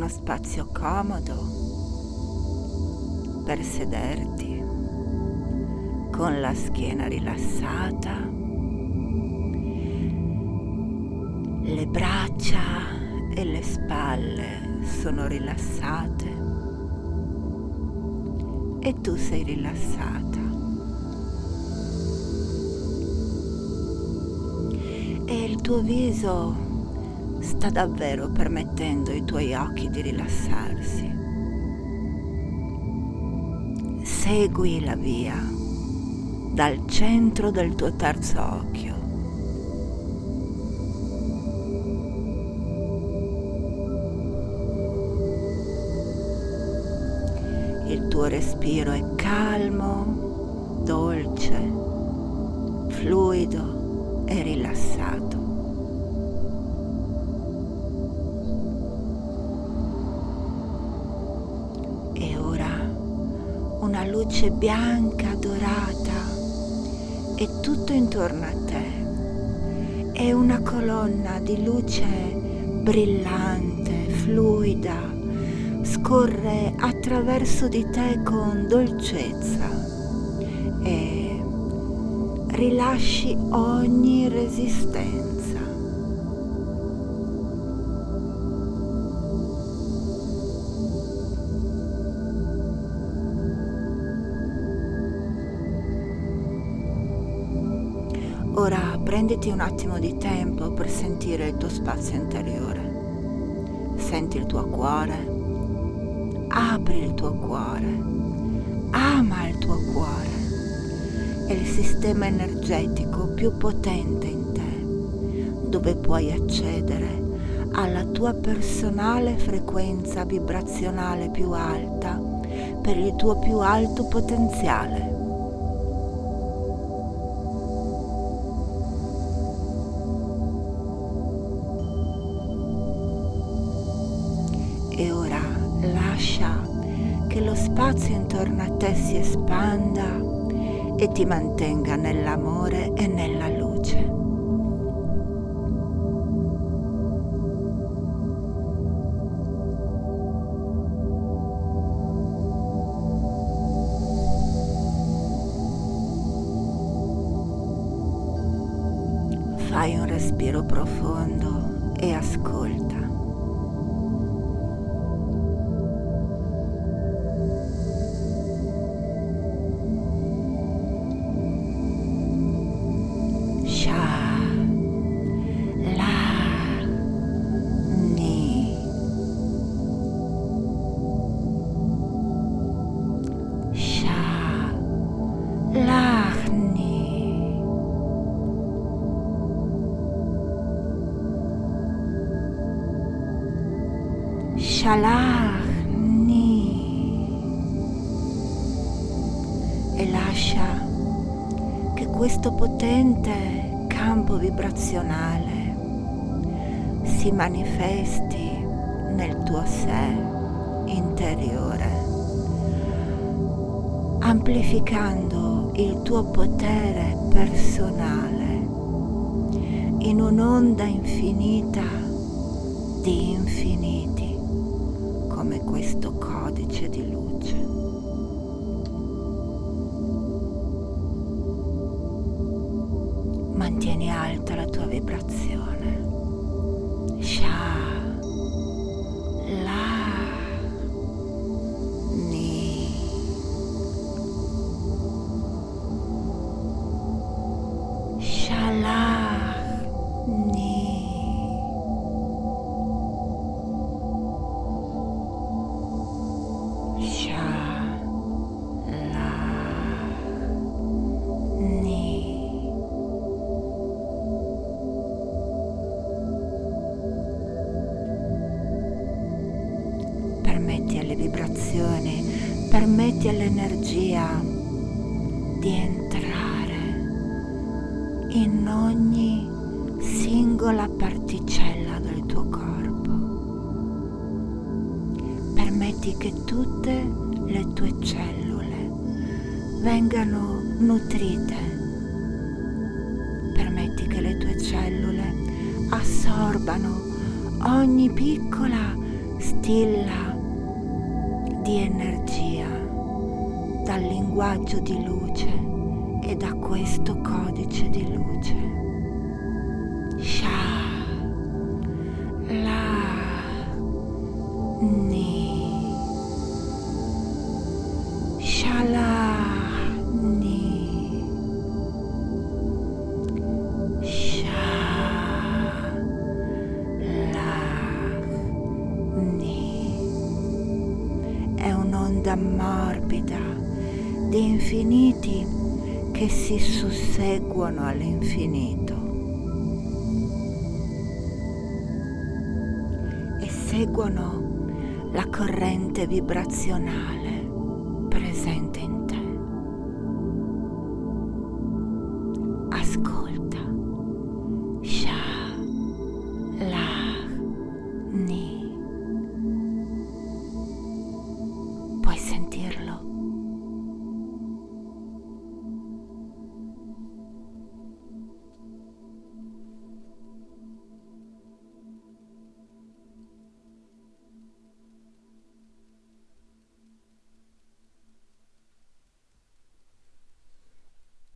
uno spazio comodo per sederti con la schiena rilassata, le braccia e le spalle sono rilassate e tu sei rilassata. E il tuo viso sta davvero permettendo ai tuoi occhi di rilassarsi. Segui la via dal centro del tuo terzo occhio. Il tuo respiro è calmo, dolce, fluido e rilassato. E ora una luce bianca dorata è tutto intorno a te. È una colonna di luce brillante, fluida, scorre attraverso di te con dolcezza e rilasci ogni resistenza. Ora prenditi un attimo di tempo per sentire il tuo spazio interiore. Senti il tuo cuore, apri il tuo cuore, ama il tuo cuore. È il sistema energetico più potente in te, dove puoi accedere alla tua personale frequenza vibrazionale più alta per il tuo più alto potenziale. E ora lascia che lo spazio intorno a te si espanda e ti mantenga nell'amore e nella luce. Fai un respiro profondo e ascolta. E lascia che questo potente campo vibrazionale si manifesti nel tuo sé interiore, amplificando il tuo potere personale in un'onda infinita di infiniti, come questo codice di luce. Mantieni alta la tua vibrazione. Permetti alle vibrazioni, permetti all'energia di entrare in ogni singola particella del tuo corpo. Permetti che tutte le tue cellule vengano nutrite. Permetti che le tue cellule assorbano ogni piccola stilla di energia dal linguaggio di luce e da questo codice di luce. Sha, la, ni, shala, ni, sha, la, ni. È un'onda morbida di infiniti che si susseguono all'infinito e seguono la corrente vibrazionale